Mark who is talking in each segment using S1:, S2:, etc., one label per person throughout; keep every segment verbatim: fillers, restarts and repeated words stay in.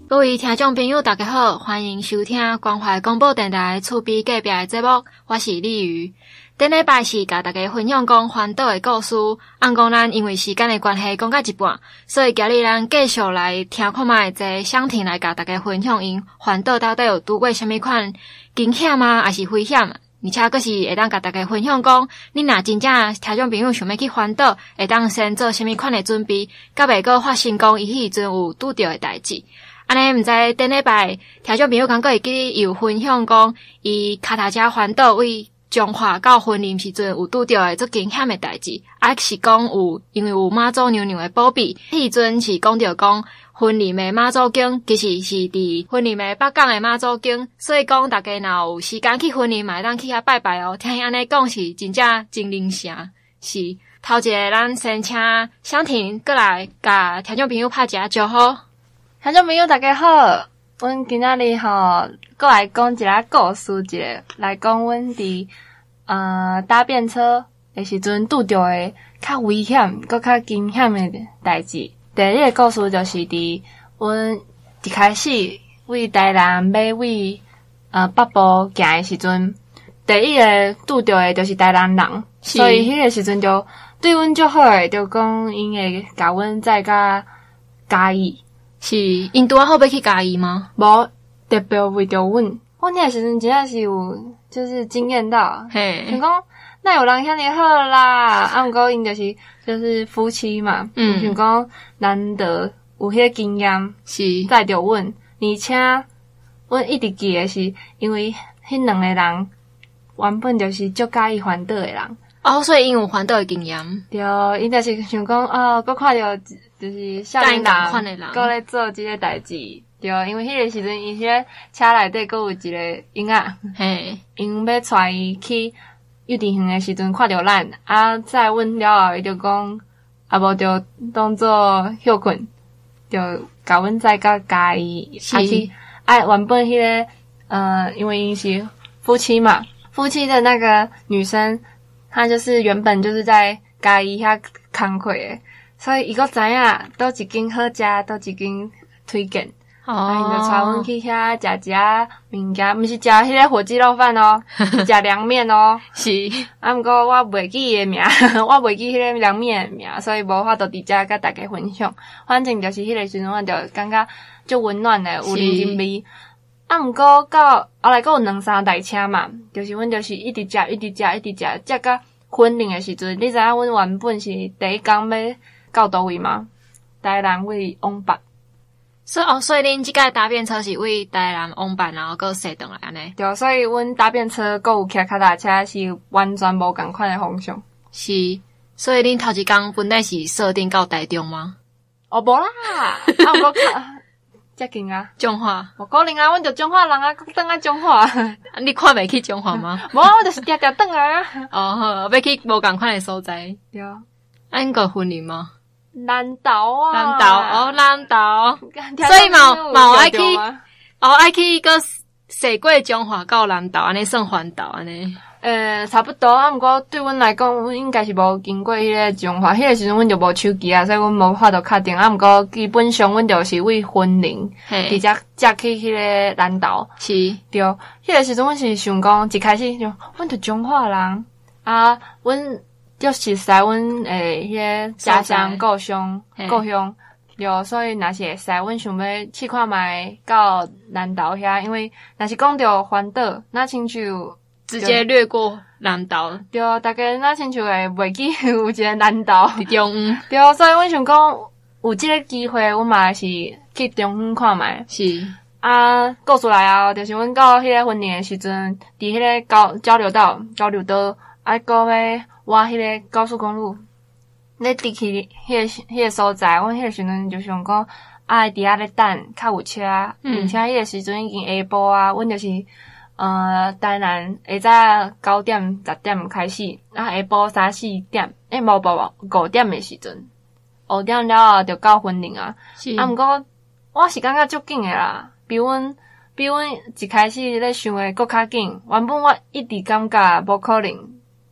S1: 各位听众朋友大家好，欢迎收听关怀广播电台厝边隔壁的节目，我是李瑜。顶礼拜是甲大家分享讲环岛的故事，按讲咱因为时间的关系讲到一半，所以今日咱继续来听看卖这湘婷来甲大家分享因环岛到底有拄过什么款惊险啊，还是危险，而且佫是会当甲大家分享讲，你若真正听众朋友想要去环岛，会当先做什么款的准备，甲袂阁发生讲伊迄阵有拄着的代志。安尼毋知顶礼拜听众朋友敢佫会记有分享讲，伊脚踏车环岛为中华到婚礼时阵有拄着诶足惊险诶代志，啊是讲有因为有妈祖娘娘诶保庇，迄阵是讲着讲婚礼诶妈祖经其实是伫婚礼诶北港诶妈祖经，所以讲大家若有时间去婚礼嘛会当去遐拜拜哦。听伊安尼讲是真正真灵圣。是头一个咱先请湘婷过来甲听众朋友拍一下招呼。
S2: 听众朋友大家好，阮今仔日吼过来讲一个故事，一个来讲阮伫呃搭便车的时阵拄着的较危险、搁较惊险的代志。第一个故事就是伫阮一开始为台南要为呃北部行的时阵，第一个拄着的就是台南人，所以迄个时阵就对阮足好诶，就讲因会甲阮载甲嘉义。
S1: 是因拄啊好要去嘉义吗？
S2: 无特别为着阮，阮迄个时阵真正是有就是惊艳到，
S1: 嘿，
S2: 想讲哪有人遐尼好啦，啊毋过因就是就是夫妻嘛，嗯，想讲难得有迄个经验，
S1: 是
S2: 载着阮，而且阮一直记诶是因为迄两个人原本就是足介意环岛诶人。
S1: 哦，所以因有环岛诶经验，
S2: 对，因就是想讲哦，搁看着就是少年人，搁咧做即个代志，对，因为迄个时阵，伊迄个车内底搁有一个婴仔，
S1: 嘿，
S2: 因要带伊去幼稚园诶时阵看着咱，啊，载阮了后，伊就讲，啊无就当做休困，就甲阮载到嘉义，啊是，啊原本迄个呃，因为因是夫妻嘛，夫妻的那个女生。他就是原本就是在嘉义遐工课诶，所以伊个知影倒一间好食，倒一间推荐，哦，啊，伊就带阮去遐食食物件，毋是食迄个火鸡肉饭哦，是食凉面哦，
S1: 是，
S2: 啊，毋过我袂记伊诶名，我袂记迄个凉面诶名，所以无法度伫遮甲大家分享。反正就是迄个时阵，我就感觉足温暖诶，有人情味。啊，毋过到后来，阁有两三台车嘛，就是阮就是一直食，一直食，一直食，食到婚礼诶时阵，你知影阮原本是第一工要到倒位吗？台南为往北。
S1: 所以哦，所以恁即个搭便车是为台南往北，然后阁踅转来安尼。
S2: 对，所以阮搭便车阁有骑脚踏车是完全无共款诶方向。
S1: 是，所以恁头一工本来是设定到台中吗？
S2: 哦，无啦，啊，毋过遮近啊，
S1: 彰化，
S2: 无可能啊！阮着彰化人啊，转啊彰化。
S1: 你看袂去彰化吗？
S2: 无啊，我就是定定转来啊。
S1: 哦，好，要去无共款的所在。
S2: 对啊。
S1: 啊，恁个婚礼吗？
S2: 南投啊。
S1: 南投哦，南投。所以嘛，嘛有爱去，哦，爱去个踅过彰化到南投，安尼算环岛安尼。
S2: 呃，差不多啊，毋过对阮来讲，阮应该是无经过迄个彰化，迄个时阵阮就无手机啊，所以阮无法度确定啊。毋过基本上阮就是为婚礼，直接接去迄个南投。
S1: 是，
S2: 对，迄个时阵阮是想讲，一开始就阮就彰化人啊，阮就是使阮诶迄个家乡故乡故乡，对，所以若是会使，阮想要去看卖到南投遐，因为若是讲着环岛，那亲像。
S1: 直接略过南投，
S2: 对，大家那亲像会袂记有一个南投
S1: 伫中央，
S2: 对，所以阮想讲有即个机会，阮嘛是去中央看卖。
S1: 是
S2: 啊，故事来啊，就是阮到迄个婚礼诶时阵，伫迄个交交流道、交流道，啊，搁要挖迄个高速公路，咧伫去迄个迄个所在，阮迄个时阵就想讲，啊，伫遐咧等较有车，嗯、而且迄个时阵已经下晡啊，阮就是。呃，台南下早九点、十點開始，啊下晡三四點，誒無無五點誒時陣，五點了後就到婚禮啊。啊，毋過我是感覺足緊誒啦，比阮比阮一開始咧想誒閣較緊。原本我一直感覺無可能，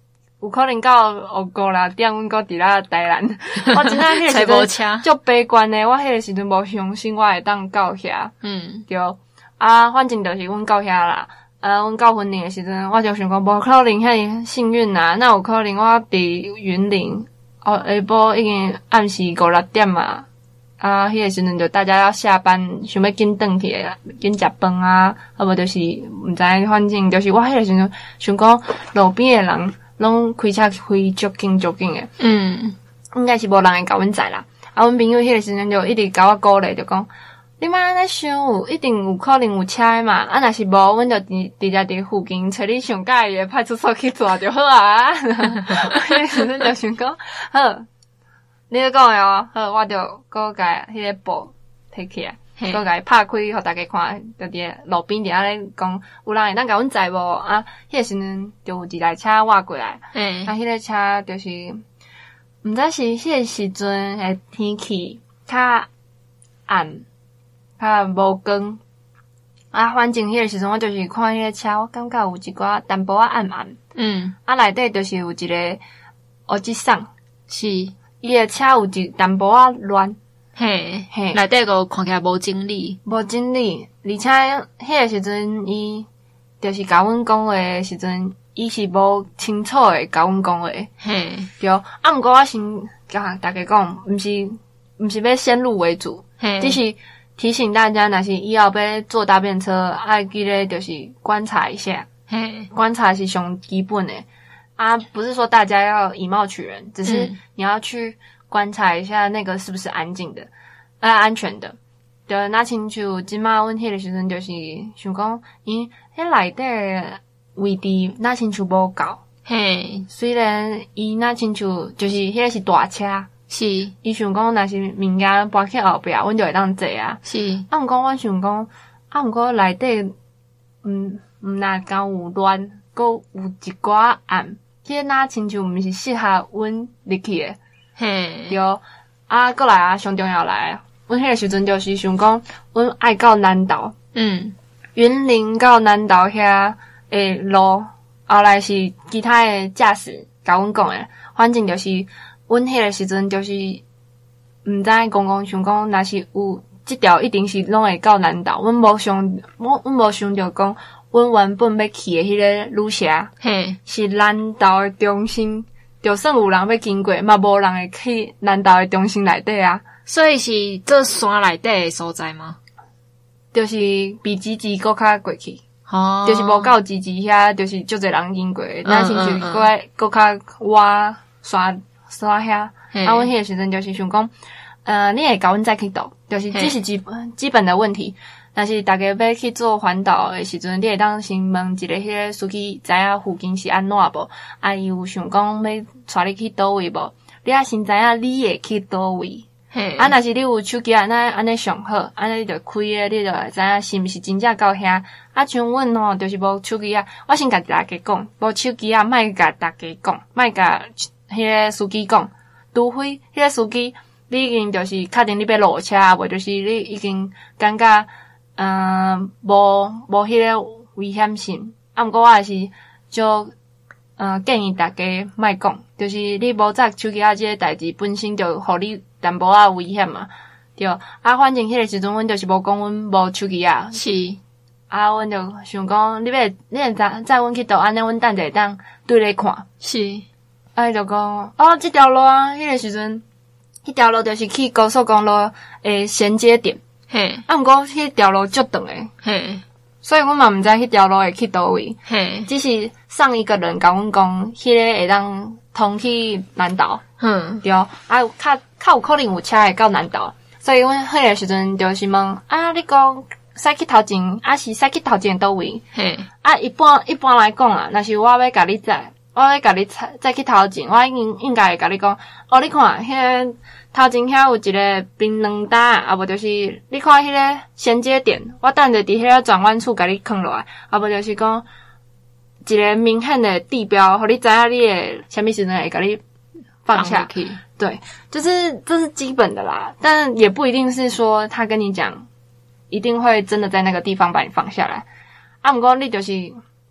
S2: 有可能到五个啦，点阮搁伫啦台南，我真正迄个时阵足悲观诶，我迄个时阵无相信我会当到遐，嗯，对，啊，反正就是阮到遐啦，啊，阮到云林诶时阵，我就想讲无可能遐幸运啦，那有可能我伫云林，哦，下晡已经暗时五六点嘛。啊，迄个时阵就大家要下班，想要紧转去诶，紧食饭啊，啊无就是毋知，反正就是我迄个时阵想讲，路边诶人拢开车开足紧足紧诶，嗯，应该是无人会甲阮载啦。啊，阮朋友迄个时阵就一直甲我鼓励，就讲你莫安尼想，有一定有可能有车诶嘛，啊若是无，阮就直直接伫附近找你上介意诶派出所去抓就好啊。迄个时阵就想讲，好。你咧讲诶哦，好，我就搁甲迄个布摕起来，搁甲伊拍开，互大家看，就伫路边伫遐咧讲，有人会当甲阮载无？啊，迄个时阵就有一台车划过来，嗯，啊，迄个车就是毋知是迄个时阵诶天气较暗，较无光，啊，反正迄个时阵我就是看迄个车，我感觉有一寡淡薄仔暗暗，嗯，啊，内底就是有一个乌吉桑，是。伊个车有一淡薄仔乱，
S1: 嘿，嘿，内底个看起来无整理，
S2: 无整理，而且迄个时阵伊就是甲阮讲话的时阵，伊是无清楚诶甲阮讲话，嘿，对。啊，毋过我先甲大家讲，毋是毋是要先入为主，嘿，只是提醒大家，若是以后要坐搭便车，爱记得就是观察一下，嘿，观察是上基本诶。啊，不是说大家要以貌取人，只是你要去观察一下那个是不是安静的，啊，安全的。就那亲像即马阮迄个时阵就是想讲，因迄内底位置那亲像无够，嘿，虽然伊那亲像就是迄个是大车，是，伊想讲若是物件搬去后壁，阮就会当坐啊，是。啊，毋过阮想讲，啊，毋过内底，嗯，毋若够有乱，搁有一寡暗。迄个那亲像毋是适合阮入去诶，嘿，对。啊，过来啊，上重要来，阮迄个时阵就是想讲，阮爱到南投，嗯，云林到南投遐诶路，后来是其他诶驾驶甲阮讲诶，反正就是阮迄个时阵就是毋知讲讲想讲，若是有即条一定是拢会到南投，阮无想，阮阮无想着讲。阮原本要去诶迄个旅社，嘿，是南投诶中心，就算有人要经过，嘛无人会去南投诶中心内底啊。
S1: 所以是这山内底诶所在吗？
S2: 就是比集集搁较过去，哦，就是无到集集遐，就是足侪人经过，那亲像搁搁较挖山山遐。啊，阮迄个时阵就是想讲，呃，你会甲阮再去倒，就是这是基基本的问题。但是大家要去做环岛的时阵，你会当先问一个迄个司机，知影附近是安怎无？啊，伊有想讲要带你去倒位无？你啊先知影你会去倒位。啊，若是你有手机安尼安尼上好，安尼你就开诶，你就知影是毋是真正到遐。啊，像阮吼，就是无手机啊，我先甲大家讲，无手机啊，莫甲大家讲，莫甲迄个司机讲，除非迄个司机你已经就是确定你要落车，无就是你已经感觉。嗯，无无迄个危险性，啊，毋过我也是就嗯建议大家莫讲，就是你无载手机啊，即个代志本身就互你淡薄仔危险嘛，对。啊，反正迄个时阵阮就是无讲阮无手机啊，是。啊，阮就想讲，你要你会载载阮去倒，安尼阮等者会当对咧看，是。啊，伊就讲，哦，即条路啊，迄个时阵，迄条路就是去高速公路诶衔接点。嘿，啊，毋过迄条路足长诶，嘿，所以阮嘛毋知迄条路会去倒位，嘿，只是上一个人甲阮讲，迄个会当通去南投，嗯，对，啊，较较有可能有车会到南投，所以阮迄个时阵就是问，啊，你讲驶去头前，啊是驶去头前倒位，嘿，啊一般一般来讲啊，若是我要甲你载，我要甲你载载去头前，我应应该会甲你讲，哦，你看迄个。头前遐有一个槟榔搭，啊无就是你看迄个衔接点，我等着伫迄个转弯处甲你放落来，啊无就是讲一个明显的地标，互你知影你的啥物时阵会甲你放下去。对，就是这是基本的啦，但也不一定是说他跟你讲一定会真的在那个地方把你放下来。啊，毋过你就是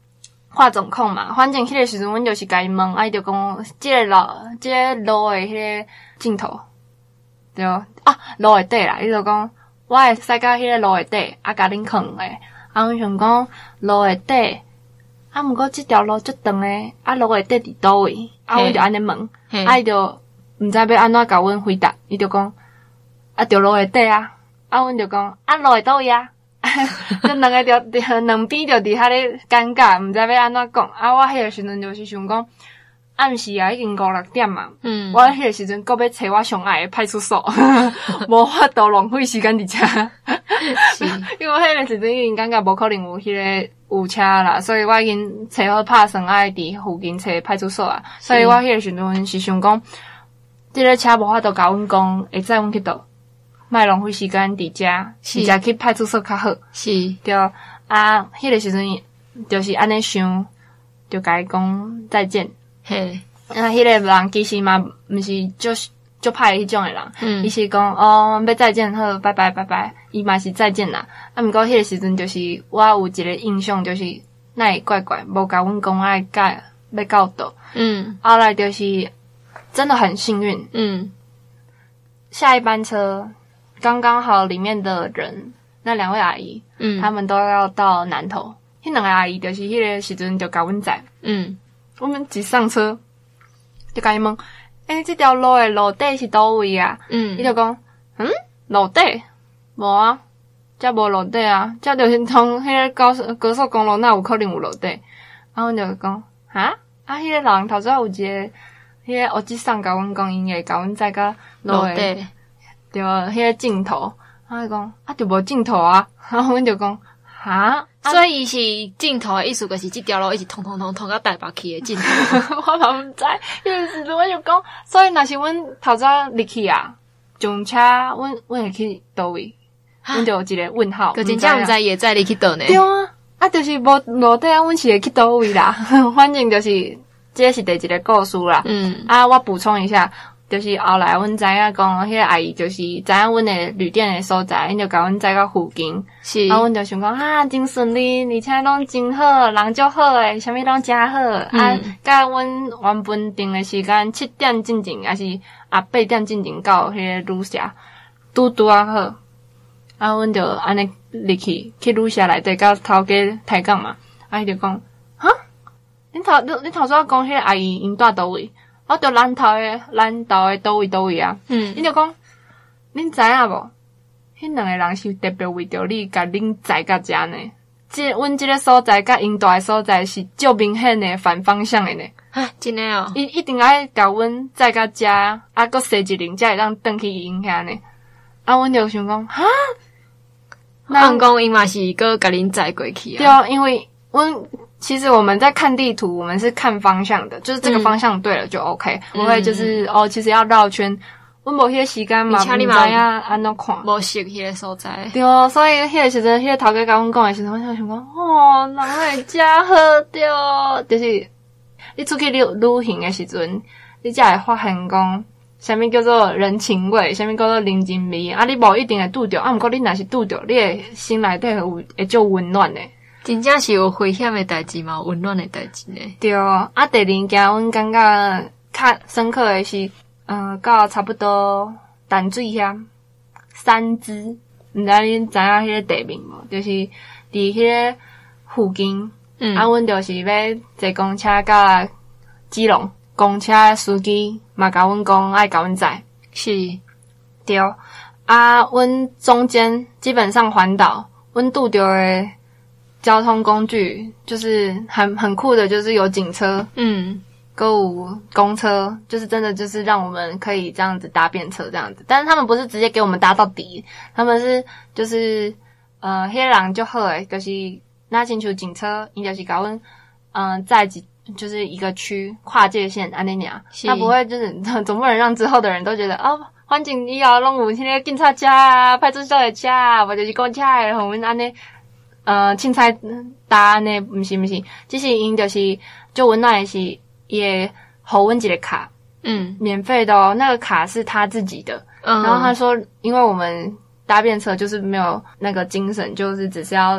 S2: 画总控嘛，反正迄个时阵阮就是甲伊问，啊伊就讲，即个路，即个路的迄个尽头，对啊，路的底啦，伊就讲，我会驶到迄个路的底，啊甲恁放诶，啊阮想讲路的底，啊毋过即条路足长诶，啊路的底伫倒位，啊阮就安尼问，啊伊就毋知要安怎甲阮回答，伊就讲，啊着路的底啊，啊阮就讲，啊路的倒位啊。就两个就两边就伫遐咧尴尬，毋知要安怎讲。啊，我迄个时阵就是想讲，暗时啊已经五六点嘛，嗯，我迄个时阵搁要找我上爱的派出所，无法度浪费时间伫遮。是，因为迄个时阵已经感觉无可能有迄个有车啦，所以我已经找好拍算爱伫附近找派出所啊。所以我迄个时阵是想讲，即个车无法度甲阮讲会载阮去倒。莫浪费时间伫遮，直接去派出所较好。是，对啊，迄个时阵就是安尼想，就甲伊讲再见。嘿，啊，迄个人其实嘛，毋是就就歹迄种诶人，嗯，伊是讲哦，要再见好，拜拜拜拜，伊嘛是再见啦。啊，毋过迄个时阵就是我有一个印象，就是那会怪怪，无甲阮讲爱甲要到倒。嗯，后来就是真的很幸运。嗯，下一班车。刚刚好，里面的人那两位阿姨，嗯，他们都要到南投。迄两个阿姨就是迄个时阵就甲阮载，嗯，我们一上车就甲伊问，诶、欸，这条路的路底是倒位啊？嗯，伊就讲，嗯，路底无啊，遮无路底啊，遮就是通迄个高速高速公路，哪有可能有路底？啊，阮就讲，哈，啊，迄个人头先有一个迄个乌吉桑甲阮讲，因会甲阮载到路底。就迄个镜头，啊伊讲啊就无镜头啊，然后阮就讲哈，
S1: 所以伊是镜头的意思，就是即条路一直通通通通到台北去的镜头。
S2: 我嘛毋知，迄个时阵我就讲，所以若是阮头早入去啊，上车阮阮会去倒位，阮就有一个问号。
S1: 可真正毋知伊会载你去倒呢？
S2: 对啊，啊就是无路底啊，阮是会去倒位啦。反正就是这是第一个故事啦。嗯，啊我补充一下。就是后来阮知影讲，迄个阿姨就是知影阮的旅店的所在，因就甲阮载到附近。是，啊，阮就想讲啊，真顺利，而且拢真好，人足好诶，啥物拢真好。嗯、啊，甲阮原本定的时间七点进前，还是啊八点进前到迄个旅社，拄拄啊好。啊，阮就安尼入去去旅社内底，甲头家抬杠嘛。啊，伊就讲，哈，恁头恁恁头先讲迄个阿姨因住倒位？我着南投诶，南投诶，倒位倒位啊！嗯，伊就讲，恁知影无？迄两个人是特别为着你，甲恁载到遮呢。即阮即个所在甲因住诶所在是足明显诶反方向诶呢。
S1: 哈，真诶哦！
S2: 伊一定爱甲阮载到遮，啊，搁坐一轮才会当转去因遐呢。啊，阮就想讲，哈，
S1: 人讲因嘛是搁甲恁载过去啊。
S2: 对啊，因为阮。其实我们在看地图，我们是看方向的，就是这个方向对了就 OK，不会、嗯、就是哦，其实要绕圈。阮无迄个时间嘛，毋知影安怎看，
S1: 无熟迄个所在。
S2: 对哦，所以迄个时阵，迄个头家甲阮讲的时阵，我就想讲，哦，人会真好对，就是你出去旅旅行的时阵，你才会发现讲，啥物叫做人情味，啥物叫做人情味，啊，你无一定会拄着，啊，毋过你若是拄着，你的心内底有会足温暖的。
S1: 真正是有危险的代志嘛，有温暖的代志呢。
S2: 对，啊，第二件阮感觉较深刻的是，嗯、呃，到差不多淡水遐三芝，毋知恁知影迄个地名无？就是伫迄个附近，嗯，啊，阮就是要坐公车到基隆，公车司机嘛甲阮讲爱甲阮载，是，对，啊，阮中间基本上环岛，阮拄着的。交通工具就是很很酷的，就是有警车，嗯，购物公车，就是真的就是让我们可以这样子搭便车这样子，但是他们不是直接给我们搭到底，他们是就是呃，迄个人就好诶，就是拿清楚警车，伊就是甲阮嗯、呃、在几就是一个区跨界线安尼尔，他不会就是总不能让之后的人都觉得哦。环境以后拢有迄个警察车啊、派出所的车啊，或者是公车诶，互阮安尼。呃，凊彩搭呢，毋是毋是，只是因就是就温暖的是，伊会互阮一个卡，嗯，免费的哦，那个卡是他自己的，嗯，然后他说，因为我们搭便车就是没有那个精神，就是只是要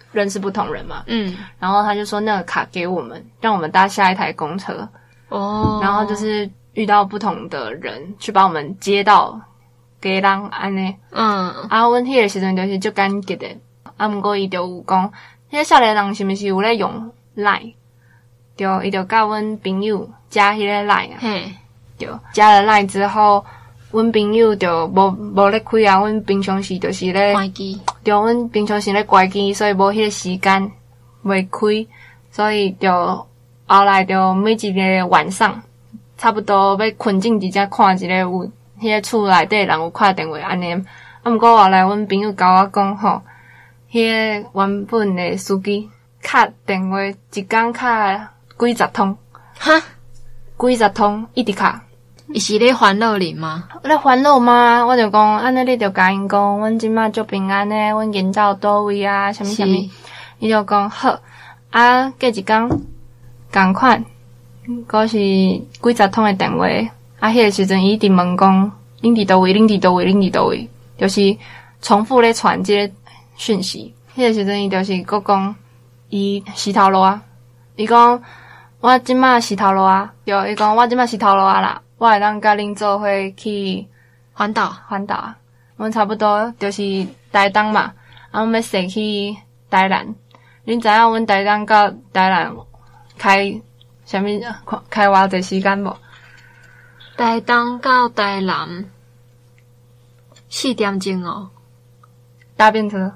S2: 认识不同人嘛，
S1: 嗯，
S2: 然后他就说那个卡给我们，让我们搭下一台公车，
S1: 哦，
S2: 然后就是遇到不同的人去把我们接到家人安尼，
S1: 嗯，
S2: 啊，阮迄个时阵就是足感激的，啊，毋过伊就有讲，迄个少年人是毋是有咧用 Line， 就伊就甲阮朋友加迄个 Line 啊，
S1: 嘿，
S2: 对，加了 Line 之后，阮朋友就无无咧开啊，阮平常时就是咧。
S1: 关机，
S2: 对，阮平常时咧关机，所以无迄个时间袂开，所以就后来就每一个晚上，差不多要困进伫遮看一个有迄个厝内底人有打电话安尼。啊，毋过后来阮朋友甲我讲吼，迄个原本的司机敲电话一工敲几十通，
S1: 哈，
S2: 几十通一直敲。
S1: 伊是咧烦恼你吗？
S2: 咧烦恼吗？我就讲，安尼你就甲因讲，阮即马足平安诶，阮人到倒位啊，啥物啥物，伊就讲好。啊，过一工，共款，阁是几十通诶电话。啊，迄个时阵伊一直问讲，恁伫倒位，恁伫倒位，恁伫倒位，就是重复咧传即个讯息。迄个时阵伊就是阁讲，伊死头路啊，伊讲我即马死头路啊，对，伊讲我即马死头路啊啦。我会当甲恁做伙去
S1: 环岛，
S2: 环岛啊！阮差不多就是台东嘛，啊，阮要驶去台南。恁知影阮台东到台南开啥物？开偌济时间无？
S1: 台东到台南四点钟哦，
S2: 搭便车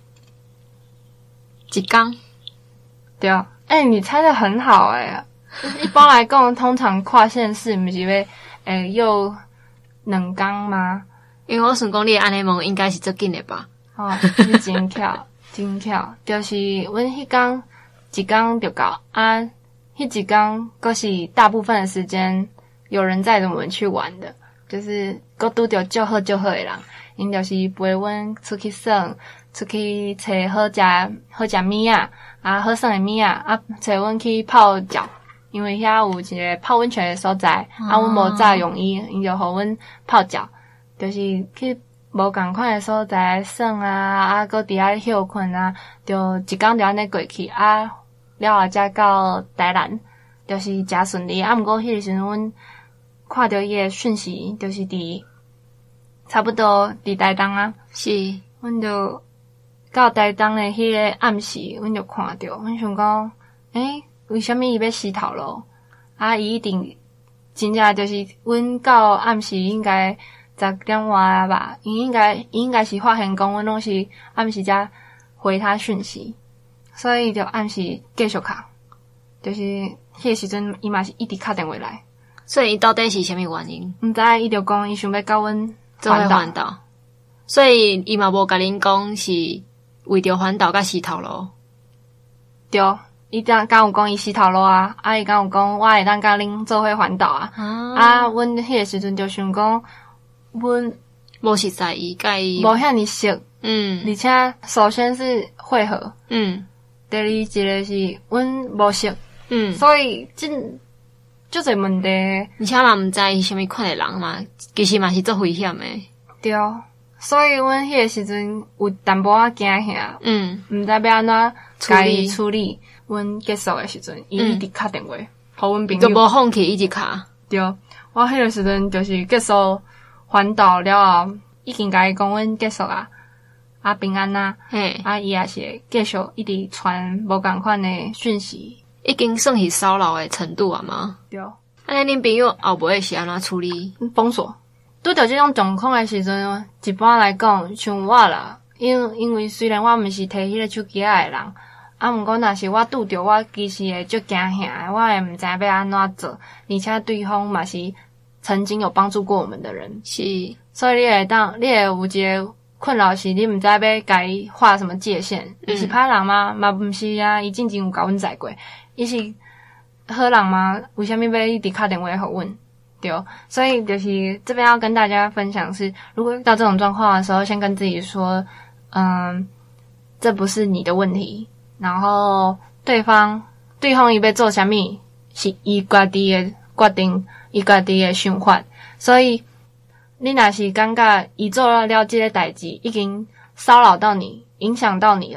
S1: 一工。
S2: 对，诶、欸，你猜得很好诶、欸。一般来讲，通常跨县市毋是要诶又两工吗？
S1: 因为我想讲你安尼问应该是足紧的吧？
S2: 哦，你真巧，真巧，就是阮迄工一工就到啊，迄一工阁是大部分的时间有人载着我们去玩的，就是阁拄着足好足好的人，因就是陪阮出去耍，出去找好食好食物啊，啊好耍的物啊，啊找阮去泡脚。因为遐有一个泡温泉的所在，哦、啊，阮无炸泳衣，因就互阮泡脚，就是去无共款的所在耍啊，啊，搁伫遐休困啊，就一工就安尼过去啊，了后才到台南，就是诚顺利。啊，毋过迄个时阵阮看到伊个讯息，就是伫差不多伫台东啊，
S1: 是，
S2: 阮就到台东的迄个暗时，阮就看到，阮想讲，诶、欸。为什么伊要死头路？啊，伊一定真正就是阮到暗时应该十点外吧，伊应该伊应该是发现讲阮拢是暗时才回他讯息，所以就暗时继续敲，就是迄个时阵伊嘛是一直敲电话来。
S1: 所以伊到底是啥物原因？
S2: 毋知伊就讲伊想要甲阮
S1: 做伙环岛，所以伊嘛无甲恁讲是为着环岛甲死头路。
S2: 对。伊当敢有讲伊死头路啊，啊伊敢有讲我会当甲恁做伙环岛啊，啊，啊阮迄个时阵就想讲，阮
S1: 无熟悉伊甲伊，
S2: 无遐尼熟，
S1: 嗯，
S2: 而且首先是会合，
S1: 嗯，
S2: 第二一个是阮无熟，
S1: 嗯，
S2: 所以真足侪问题，
S1: 而且嘛毋知伊啥物款的人嘛，其实嘛是足危险的，
S2: 对，所以阮迄个时阵有淡薄仔惊吓，
S1: 嗯，
S2: 毋知要安怎处理处理。阮结束的时阵，伊一直敲电话，互阮朋友。
S1: 就无放弃，一直敲。
S2: 对，我迄个时阵就是结束环岛了后，已经甲伊讲阮结束啊，啊平安啊，
S1: 嘿，
S2: 啊伊也是继续一直传无共款的讯息，
S1: 已经算是骚扰的程度啊嘛。
S2: 对，
S1: 安尼恁朋友后尾是安怎处理？
S2: 封锁。拄着这种状况的时阵，一般来讲，像我啦，因因为虽然我毋是摕迄个手机仔的人。啊，毋过若是我拄着，我其实会足惊吓，我也毋知要安怎做，而且对方嘛是曾经有帮助过我们的人，
S1: 是，
S2: 所以你会当，你会有一个困扰是，你毋知要甲伊画什么界限，伊、嗯、是歹人吗？嘛毋是啊，伊之前有甲阮载过，伊是好人吗？为什么要一直打电话互阮？对，所以就是这边要跟大家分享是，如果遇到这种状况的时候，先跟自己说，嗯，这不是你的问题。然后对方对方伊要做啥物，是伊家己的决定，伊家己的想法。所以你若是感觉伊做了了这个代志，已经骚扰到你，影响到你了，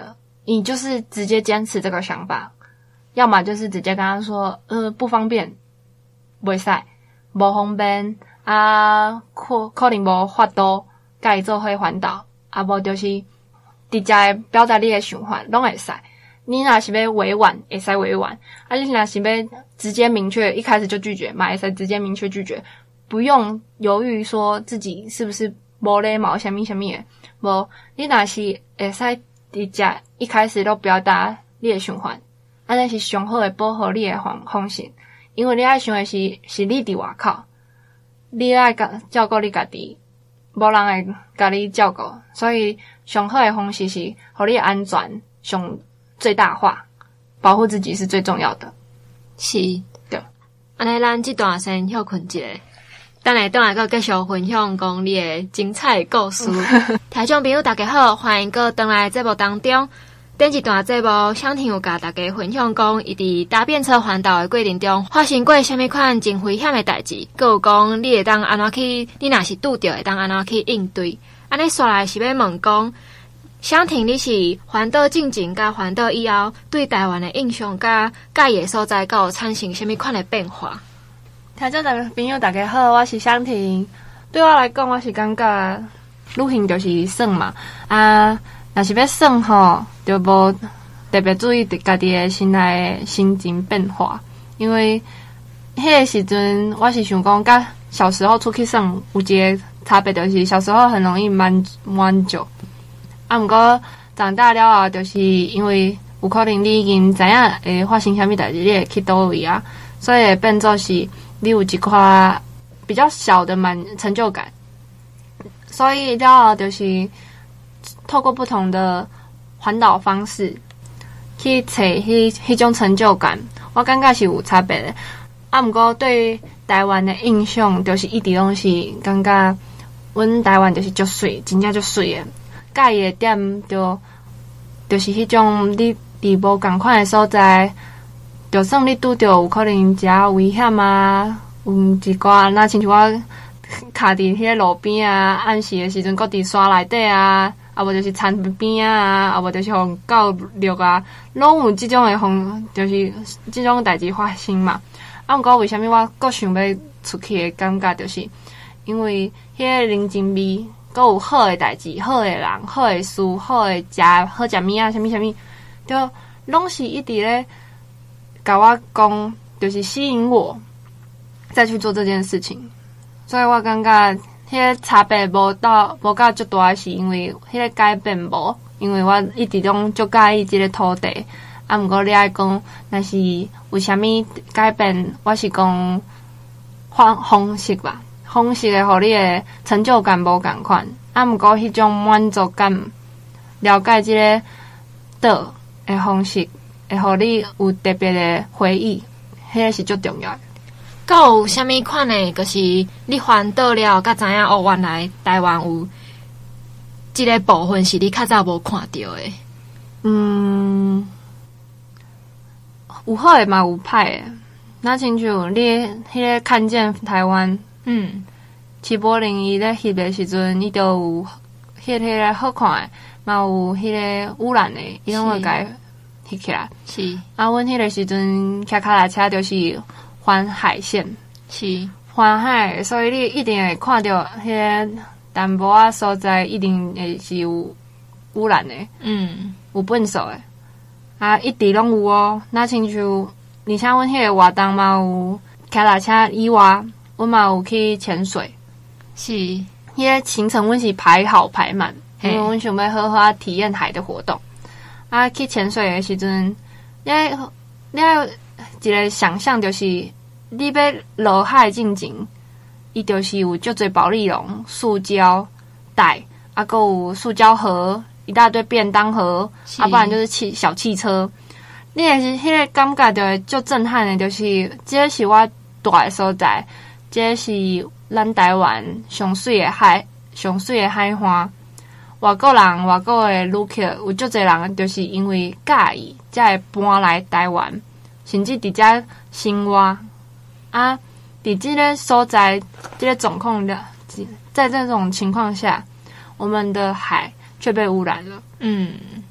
S2: 你就是直接坚持这个想法，要么就是直接跟他说，呃，不方便，袂使，无方便啊，可可能无法度甲伊做伙环岛，啊，无就是直接表达你的想法，拢会使。你若是要委婉，会使委婉；啊，你若是要直接明确，一开始就拒绝嘛，会使直接明确拒绝，不用犹豫说自己是不是无礼貌，什么什么的。无，你若是会使直接一开始都表达你的想法，安尼是上好的保护你的方方式。因为你爱想的是，是你伫外口，你爱照顾你家己，无人会甲你照顾，所以上好的方式是，互你的安全上最大化，保护自己是最重要的。
S1: 是，
S2: 对。
S1: 安尼，咱这段先休困一下，等下等来个继续分享讲你的精彩故事。听众朋友大家好，欢迎个登来节目当中。顶一段节目，想听有甲大家分享讲，伊伫搭便车环岛的过程中发生过虾米款真危险的代志，佮有讲你会当安怎去，你若是拄着会当安怎去应对。安尼刷来是要问讲。想听你是环岛进前甲环岛以后对台湾的印象甲介意的所在，甲有产生虾米款的变化？
S2: 听众朋友大家好，我是想听。对我来讲，我是感觉旅行就是耍嘛，啊，若是要耍吼，就无特别注意家己的心内的心情变化，因为迄个时阵我是想讲，甲小时候出去耍有一个差别，就是小时候很容易满满足。啊，毋过长大了后，就是因为有可能你已经知影会发生啥物代志，你会去倒位啊，所以会变做是你有一块比较小的满成就感。所以了后就是透过不同的环岛方式去找迄迄种成就感，我感觉是有差别的。啊，毋过对台湾的印象就是一直拢是感觉，阮台湾就是足水，真正足水的。介意的点就就是迄种你伫无共款的所在，就算你拄着有可能诚危险啊，有一寡那亲像我徛伫迄个路边啊，暗时的时阵，搁伫山内底啊，啊无就是田边啊，啊无就是互狗掠啊，拢有即种的风，就是即种代志发生嘛。啊，毋过为虾米我搁想要出去的感觉，就是因为迄个宁静味。阁有好诶代志，好诶人，好诶事，好诶食，好食物啊，啥物啥物，就拢是一直咧甲我讲，就是吸引我再去做这件事情。所以我感觉迄个差别无到无到足大，是因为迄个改变无，因为我一直拢足介意即个土地。啊，毋过你爱讲，若是有啥物改变，我是讲方方式吧。方式会互你的成就感无共款，啊，毋过迄种满足感，了解即个岛的方式，会互你有特别的回忆，迄个是最重要的。
S1: 佮有虾米款的，就是你环岛了，甲知影哦，原来台湾有即个部分是你较早无看到的。
S2: 嗯，有好的嘛，有歹的。那亲像你迄个看见台湾。嗯，齐柏林伊咧翕的时阵，伊就有翕迄个好看的，嘛有迄个污染的，伊拢会甲伊翕起来。是啊，阮迄个时阵骑脚踏车就是环海线，是环海，所以你一定会看到迄个淡薄仔所在，一定会是有污染的，嗯，有粪扫的，啊，一直拢有哦。那亲像，而且阮迄个活动嘛有骑踏车以外。阮嘛有去潜水，是迄个行程阮是排好排满，因为阮想要好好体验海的活动。啊，去潜水的时阵，你爱你爱一个想象，就是你要落海进前，伊就是有足侪保丽龙、塑胶袋，啊，还有塑胶盒，一大堆便当盒，啊，不然就是汽小汽车。你也是迄个感觉就会足震撼的，就是这是我住的所在。这是咱台湾上水的海，上水的海岸。外国人、外国的旅客，有足侪人就是因为介意，才会搬来台湾，甚至伫遮生活。啊，伫这个所在，这个状况的，在这种情况下，我们的海却被污染了。嗯，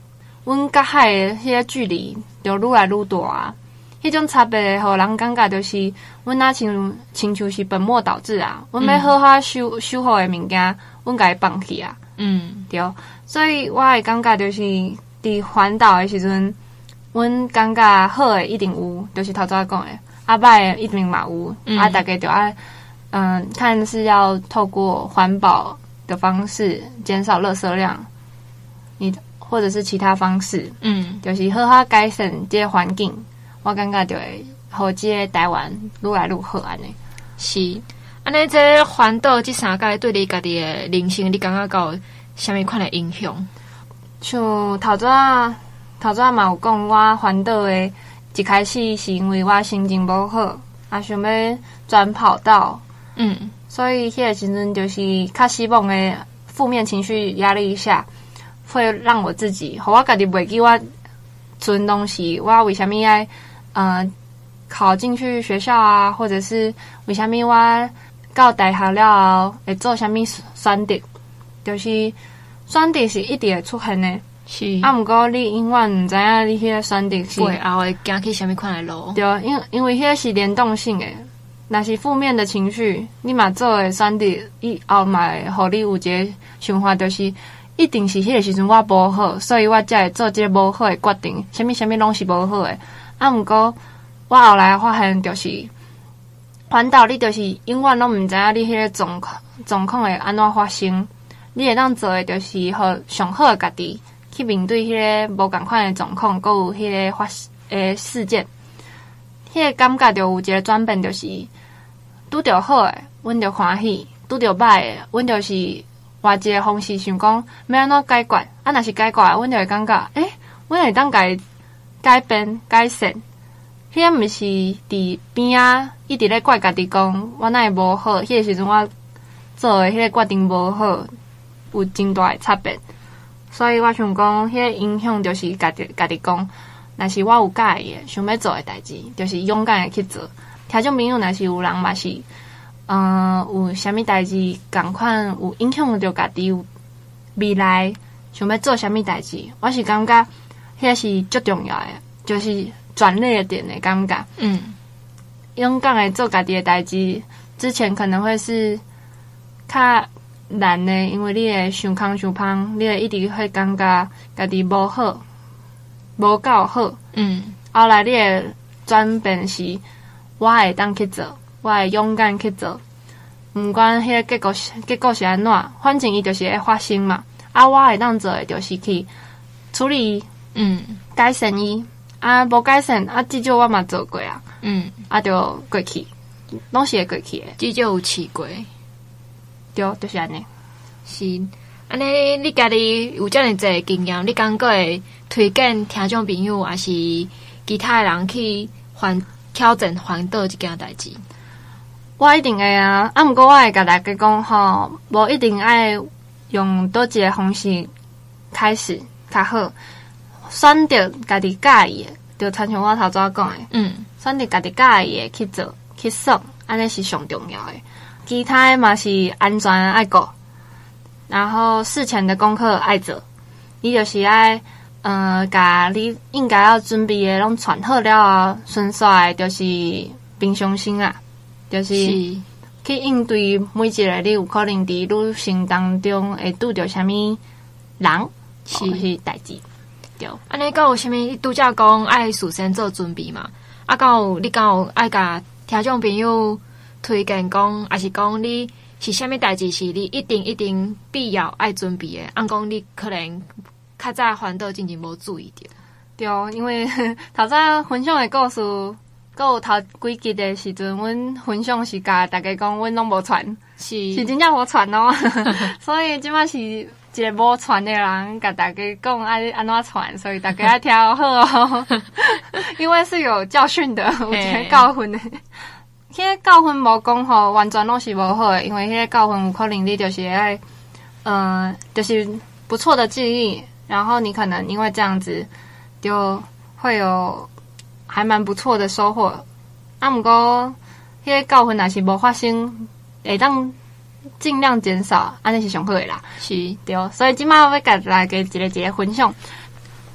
S2: 阮甲海的迄个距离就愈来愈大啊。迄种差别互人感觉就是阮若亲亲像是本末倒置啊。阮要好好守守护的物件，阮甲伊放弃啊。
S1: 嗯，
S2: 对。所以我会感觉就是伫环岛的时阵，阮感觉好的一定有，就是头早讲的，啊歹的一定嘛有，嗯、啊大家就爱嗯看是要透过环保的方式减少垃圾量，你或者是其他方式，嗯，就是好好改善这个环境，我感觉就会互这个台湾愈来愈好安尼。
S1: 是，安尼这环岛这三届对你家己的人生，你感觉有啥物款的影响？
S2: 像头早头早嘛有讲，我环岛的一开始是因为我心情无好，啊想要转跑道，嗯，所以迄个时阵就是较失望的负面情绪压力下，会让我自己，互我家己袂记我存东西，我为虾米爱呃考进去学校啊，或者是为虾米我到大学了后会做虾米选择，就是选择是一直会出现的。是啊，毋过你永远毋知影你迄个选择是
S1: 背后会行去啥物款的路。
S2: 对，因因为迄个是联动性的。若是负面的情绪，你嘛做的选择，以后嘛会互你有一个想法，就是一定是迄个时阵我无好，所以我才会做这个无好的决定。啥物啥物拢是无好的。啊，毋过我后来发现，就是环岛你就是永远拢毋知影你迄个状况状况会安怎发生。你会当做的就是互上好的家己去面对迄个无共款的状况，还有迄个发诶事件。迄个感觉就有一个转变，就是拄着好诶，阮就欢喜；拄着歹诶，阮就是换一个方式想讲要安怎解决。啊，若是解决，阮就会感觉，诶、欸，阮会当家改变、改善。迄个毋是伫边啊，一直咧怪家己讲我哪会无好。迄个时阵我做诶迄个决定无好，有真大诶差别。所以我想讲，迄个影响就是家己家己讲。若是我有介意的，想要做的代志，就是勇敢的去做。听众朋友，若是有人嘛是，嗯、呃，有啥物代志共款有影响着家己有未来想要做啥物代志，我是感觉迄个是最重要的，就是转捩点的感觉。嗯，勇敢的做家己的代志，之前可能会是较难的，因为你会想空想芳，你会一直会感觉家己无好。无够好，嗯，后来你的转变是，我会当去做，我会勇敢去做，毋管迄个结果结果是安怎，反正伊就是会发生嘛。啊，我会当做的就是去处理，嗯，改善伊。啊，无改善，啊，至少我嘛做过啊，嗯，啊，就过去，拢是会过去的，
S1: 至少有试过，
S2: 对，就是安尼。
S1: 是。安尼，你家己有遮尔济经验，你敢个会推荐听众朋友，还是其他人去环挑战环岛这件代志？
S2: 我一定会啊！啊，毋过我会甲大家讲吼，无一定爱用倒一个方式开始较好，选择家己介意的，就亲像我头早讲的，嗯，选择家己介意的去做去爽，安尼是上重要的。其他的嘛是安全爱顾。然后事前的功课爱做，你就是爱，呃，甲你应该要准备的拢传好了后，顺续就是平常心啊，就是去应对每一个你有可能伫旅行当中会拄着啥物人或是代志。对，
S1: 安尼有啥物拄则讲爱事先做准备嘛？啊，有你敢有爱甲听众朋友推荐讲，还是讲你？是啥物代志是你一定一定必要爱准备的？按讲你可能较早环岛进前无注意着。
S2: 对，因为头早分享的故事，还有头几集的时阵，阮分享是甲大家讲，阮拢无传，是是真正无传哦。所以即摆是一个无传的人，甲大家讲爱安怎传，所以大家要听好哦。因为是有教训的，有一个教训的。迄个教训无讲吼，完全拢是无好诶，因为迄个教训有可能你就是爱，呃，就是不错的记忆，然后你可能因为这样子就会有还蛮不错的收获。啊，毋过迄个教训若是无发生，会当尽量减少，安尼是上好诶啦。
S1: 是，
S2: 对，所以即摆我要甲大家一个一个分享。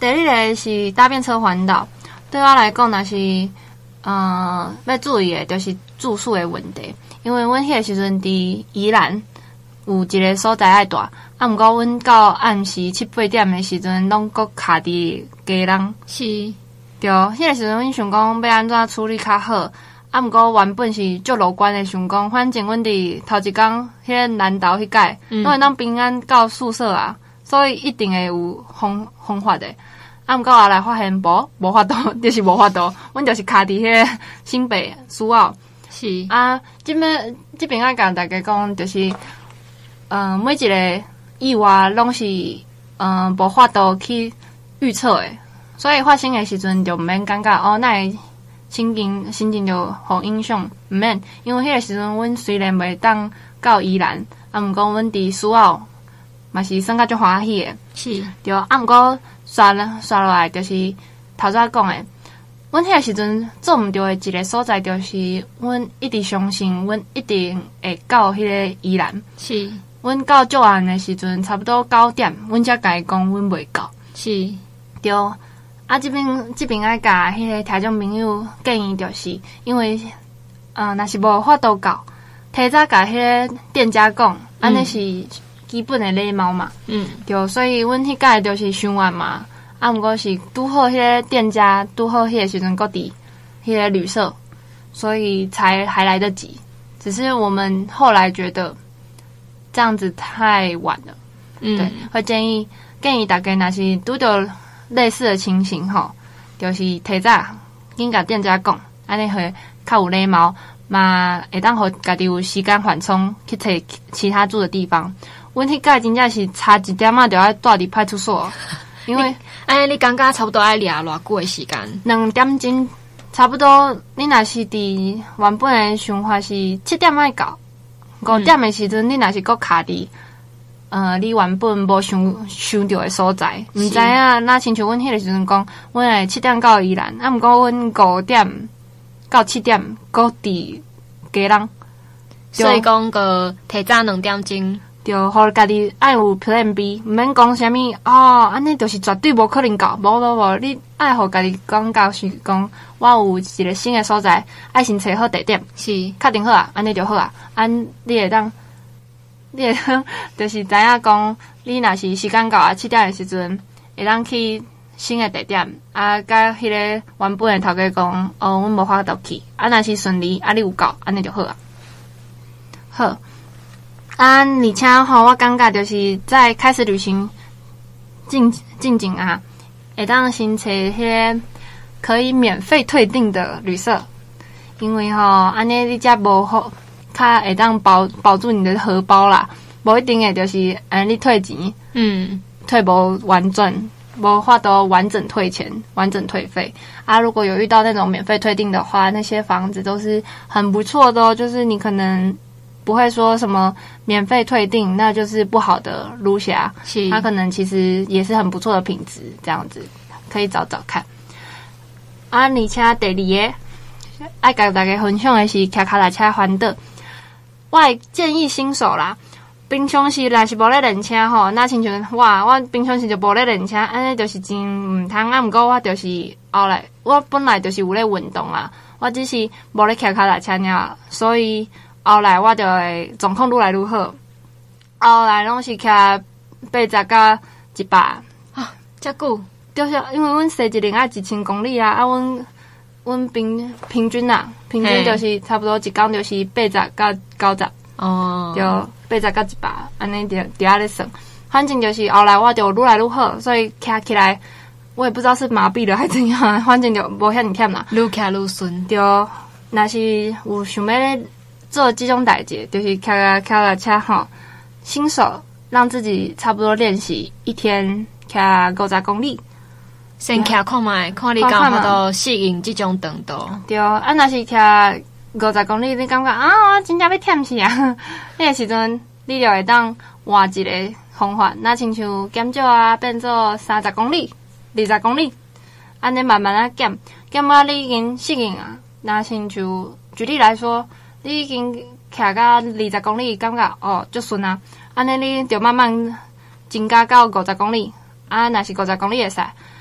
S2: 第二个是搭便车环岛，对我来讲，若是呃要注意的，就是住宿的问题。因为阮迄个时阵伫宜兰有一个所在爱住，啊，毋过阮到暗时七八点的时阵，拢搁卡伫家人。
S1: 是，
S2: 对，迄、那个时阵阮想讲要安怎处理较好，啊，毋过原本是足乐观的，想讲反正阮伫头一工迄个南投迄届，拢会当平安到宿舍啊，所以一定会有方方法的。啊，毋过后来发现无无法度，就是无法度，阮就是卡伫迄个新北苏澳。
S1: 是
S2: 啊，即边即边啊，甲大家讲，就是，嗯、呃，每一个意外拢是，嗯、呃，无法度去预测的，所以发生的时阵就毋免感觉哦，那心情心情就互影响，毋免，因为迄个时阵阮虽然袂当到宜兰，啊，毋过阮伫苏澳嘛是算较足欢喜的，
S1: 是，
S2: 对，啊，毋过刷刷落来就是头早讲的。阮迄个时阵做毋到的一个所在，就是阮一直相信，阮一定会到迄个宜兰。
S1: 是，
S2: 阮到旧案的时阵，差不多九点，阮才甲伊讲，阮袂到。
S1: 是，
S2: 对。啊，这边这边爱甲迄个听众朋友建议，就是因为，呃，若是无法度到，提早甲迄个店家讲，安尼、嗯、是基本的礼貌嘛。嗯。对，所以阮迄届就是想完嘛。啊，毋过是拄好迄个店家拄好迄个时阵，搁伫迄个旅社，所以才还来得及。只是我们后来觉得这样子太晚了，嗯，对，会建议建议大家若是拄到类似的情形吼，就是提早紧甲店家讲，安尼会较有礼貌，嘛会当互家己有时间缓冲去找其他住的地方。阮迄届真正是差一点仔就要住伫派出所。因为
S1: 哎，你感觉差不多爱掠偌久的时间？
S2: 两点钟，差不多。你若是伫原本的想法是七点爱到，五点的时阵，你若是搁卡伫，呃，你原本无想想到的所在，毋知影。那亲像阮迄个时阵讲，阮会七点到宜兰，啊，毋过阮五点到七点搁伫家人，
S1: 所以讲个提早两点钟。
S2: 就互家己爱有 plan B， 毋免讲啥物哦，安尼就是绝对无可能到，无无无，你爱互家己讲到是讲，我有一个新的所在，爱先找好地点，是确定好啊，安尼就好啊，安你会当，你会当就是知影讲，你若是时间到啊，七点的时阵会当去新的地点，啊，甲迄个原本的头家讲，哦，阮无法度去，啊，若是顺利，啊，你有到，安尼就好啊，好。啊，而且吼，我感觉就是在开始旅行进进境啊，会当先找迄个可以免费退订的旅社，因为吼安尼你才无好，较会当保保住你的荷包啦。无一定诶，就是安你退钱，嗯，退无完整，无法度完整退钱、完整退费啊。如果有遇到那种免费退订的话，那些房子都是很不错的哦，就是你可能。不会说什么免费退订，那就是不好的路线，它可能其实也是很不错的品质，这样子可以找找看。啊，而且第二个爱甲大家分享的是骑脚踏车环岛，我会建议新手啦。平常时若是无咧练车吼，那亲像我，我平常时就无咧练车，安尼就是真毋通啊。毋过我就是后来，我本来就是有咧运动啦，我只是无咧骑脚踏车尔，所以。后来我就会状况愈来愈好，后来拢是骑八十到一百
S1: 啊，遮久，
S2: 就是因为阮骑一年爱一千公里啊，啊，阮阮平平均啊，平均就是差不多一工就是八十到九十，哦，就八十到一百，安尼就伫遐咧算。反正就是后来我就愈来愈好，所以骑起来我也不知道是麻痹了还是怎样，反正就无遐尼忝啦，
S1: 愈骑愈顺。
S2: 对，若是有想要咧。做这种代志，就是骑个骑个车吼，新手让自己差不多练习一天骑五十公里，
S1: 先骑看卖，看你敢有法度适应这种长度。
S2: 对，啊，若是骑五十公里，你感觉啊，我真正要忝死啊！迄个时阵，你就会当换一个方法，那亲像减少啊，变做三十公里、二十公里，安尼慢慢啊减，减啊你已经适应啊。那亲像举例来说。你已经骑到二十公里，感觉哦足顺啊！安尼你就慢慢增加到五十公里，啊，若是五十公里会使，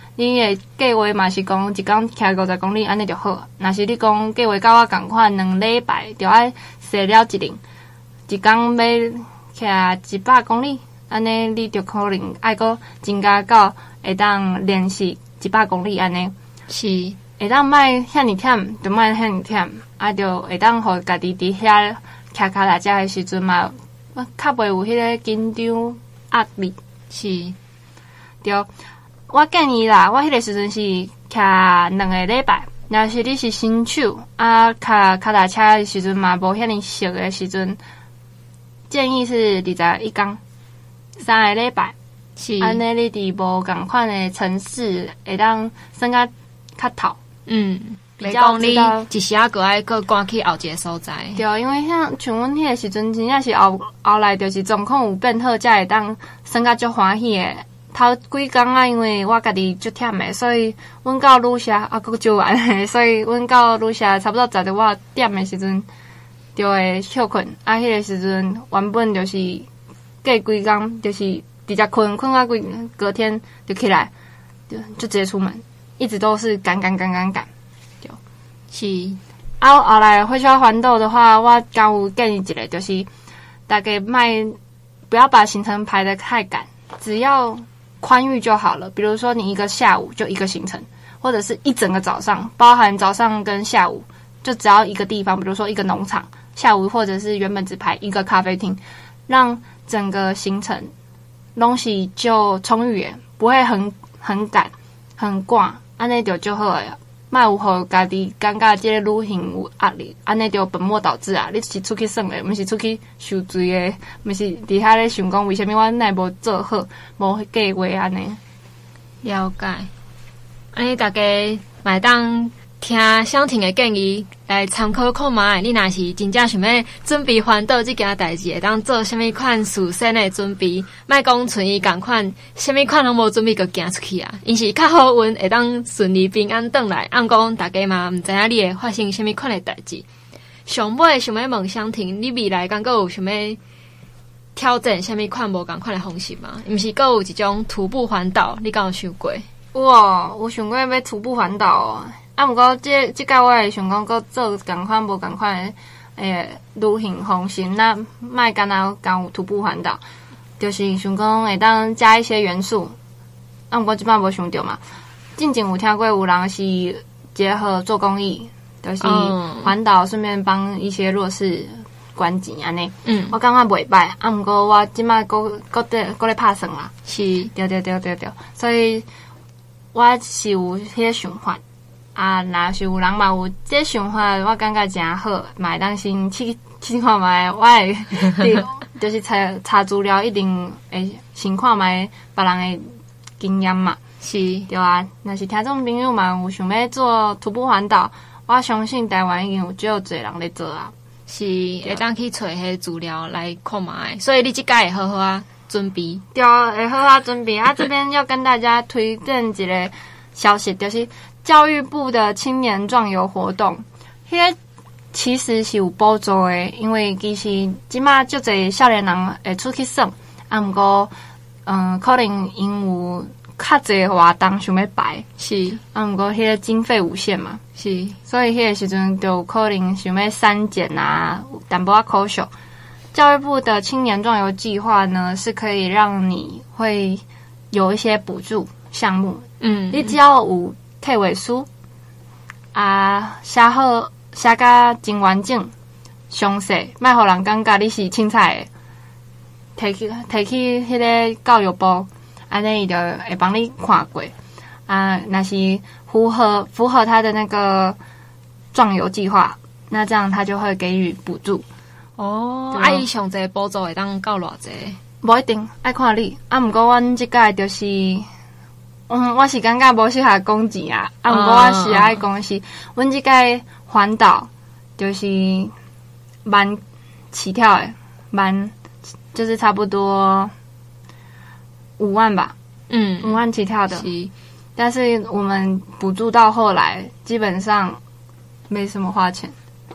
S2: 你诶计划嘛是讲一工骑五十公里安尼就好。若是你讲计划甲我共款两礼拜，就爱踅了一零，一工要骑一百公里，安尼你就可能爱搁增加到会当练习一百公里安尼。
S1: 是。
S2: 会当莫遐尼忝，就莫遐尼忝，啊，就会当互家己伫遐骑脚踏车诶时阵嘛，较袂有迄个紧张压力。
S1: 是，
S2: 对。我建议啦，我迄个时阵是骑两个礼拜。若是你是新手啊，骑脚踏车诶时阵嘛，无遐尼熟诶时阵，建议是二十一天，三个礼拜。
S1: 是。
S2: 安尼你伫无共款诶城市，会当算较较透。
S1: 嗯，比较你一时啊个爱个赶去后一个所在。
S2: 对，因为像像阮迄个时阵，真正是后后来就是状况有变好，才会当算甲足欢喜诶。头几工啊，因为我家己足忝诶，所以阮到旅社啊，佫足晚诶，所以阮到旅社差不多十一外点诶时阵，就会休困。啊，迄个时阵原本就是过几工，就是直接困困到几隔天就起来，就就直接出门。一直都是赶赶赶赶赶，对，
S1: 是。
S2: 啊，后来火烧环岛的话，我刚有建议一个，就是大概卖不要把行程排得太赶，只要宽裕就好了。比如说你一个下午就一个行程，或者是一整个早上，包含早上跟下午，就只要一个地方，比如说一个农场，下午或者是原本只排一个咖啡厅，让整个行程东西就充裕，不会很很赶很赶。安尼就就好诶，莫有互家己感觉即个旅行有压力，安尼就本末倒置啊！你是出去耍诶，毋是出去受罪诶，毋是伫遐咧想讲为虾米我奈无做好，无计划安尼。
S1: 了解，安尼大家买当听想听诶建议来参考看卖。你若是真正想要准备环岛即件代志，会当做虾米款事先诶准备，莫讲剩伊共款，虾米款拢无准备就行出去啊！因是较好运，会当顺利平安转来。按讲大家嘛，毋知影你会发生虾米款诶代志。上尾想要问想听，你未来敢阁有想要挑战虾米款无共款诶方式吗？毋是阁有一种徒步环岛，你敢有想过？
S2: 有哦，有想过要徒步环岛哦。啊，毋过即即届我会想讲，搁做共款无共款诶诶旅行方式，那莫干那讲有徒步环岛，就是想讲会当加一些元素。啊，毋过即摆无想到嘛。进前有听过有人是结合做公益，就是环岛顺便帮一些弱势管钱安尼。嗯，我感觉袂歹。啊，毋过我即摆搁搁在搁咧拍算啦。
S1: 是，
S2: 对对对对对，所以我是有迄个想法。啊，若是有人嘛有这个想法，我感觉真好，嘛会当先去去看卖，我会就是查查资料，一定会先看卖别人的经验嘛。
S1: 是，
S2: 对啊。若是听众朋友嘛有想要做徒步环岛，我相信台湾已经有足侪人咧做啊。
S1: 是，会当去找迄资料来看卖，所以你即届会好好啊准备。
S2: 对，会好好准备。啊，这边要跟大家推荐一个消息，就是教育部的青年壮游活动，迄个其实是有补助的，因为其实即马足侪少年人会出去耍，啊，毋过，嗯，可能因有较侪活动想要排，
S1: 是，
S2: 啊，毋过迄个经费有限嘛，
S1: 是，
S2: 所以迄个时阵就有可能想要删减啊，淡薄仔可惜。教育部的青年壮游计划呢，是可以让你会有一些补助项目，嗯，你只要有退位书啊，写好写甲真完整、详细，莫互人感觉你是凊彩摕去摕去迄个教育部，安尼伊就会帮你看过啊。若是符合符合他的那个壮游计划，那这样他就会给予补助。
S1: 哦，啊，伊上济补助会当到偌济？
S2: 无一定，爱看你。啊，毋过阮即届就是。嗯，我是感觉无适合讲钱啊，啊，毋过我是爱讲是，阮即届环岛就是万起跳诶，万就是差不多五万吧，嗯，五万起跳的，是，但是我们补助到后来基本上没什么花钱。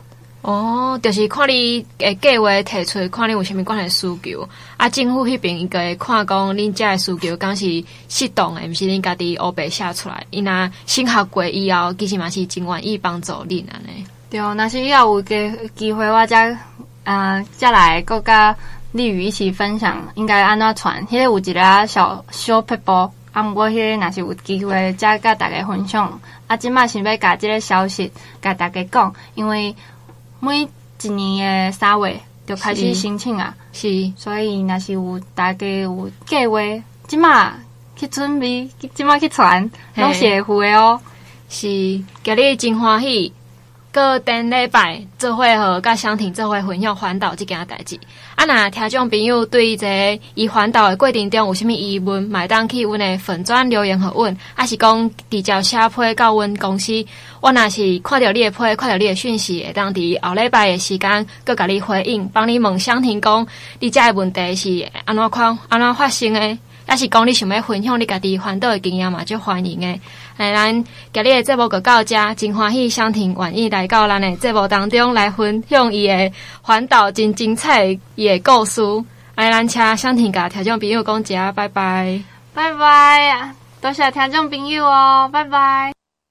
S1: 哦，就是看你诶计划提出，看你有啥物款诶需求，啊，政府迄边伊个会看讲恁遮诶需求，敢是适当诶，毋是恁家己黑白写出来。伊若审核过以后，其实嘛是真愿意帮助恁安尼。
S2: 对，若是以后有个机会，我才啊再来搁甲丽宇一起分享，应该安怎传？迄、那个有一个小小撇步，啊，毋过迄个若是有机会，才甲大家分享。啊，即摆想要甲即个消息甲大家讲，因为每一年诶三月就开始申請啊，
S1: 是，
S2: 所以若是有大家有計劃，即馬去準備，即馬去傳，攏是會付誒哦。
S1: 是，今日真歡喜，過頂禮拜做伙和甲湘婷做伙分享環島即件代誌。啊，若聽眾朋友對這個伊環島誒過程中有啥物疑問，嘛會當去阮誒粉專留言互阮，還是講直接寫批到阮公司。我若是看到你的批，看到你的訊息，會當佇後禮拜的時間，佮甲你回應，幫你問湘婷講，你遮個問題是安怎款、安怎發生的，還是講你想要分享你家己環島的經驗嘛，就歡迎的。來，咱今日的節目就到這，真歡喜湘婷願意來到咱的節目當中來分享伊的環島真精彩伊的故事。來，咱請湘婷甲聽眾朋友講一下，拜拜，
S2: 拜拜啊！多謝聽眾朋友哦，拜拜。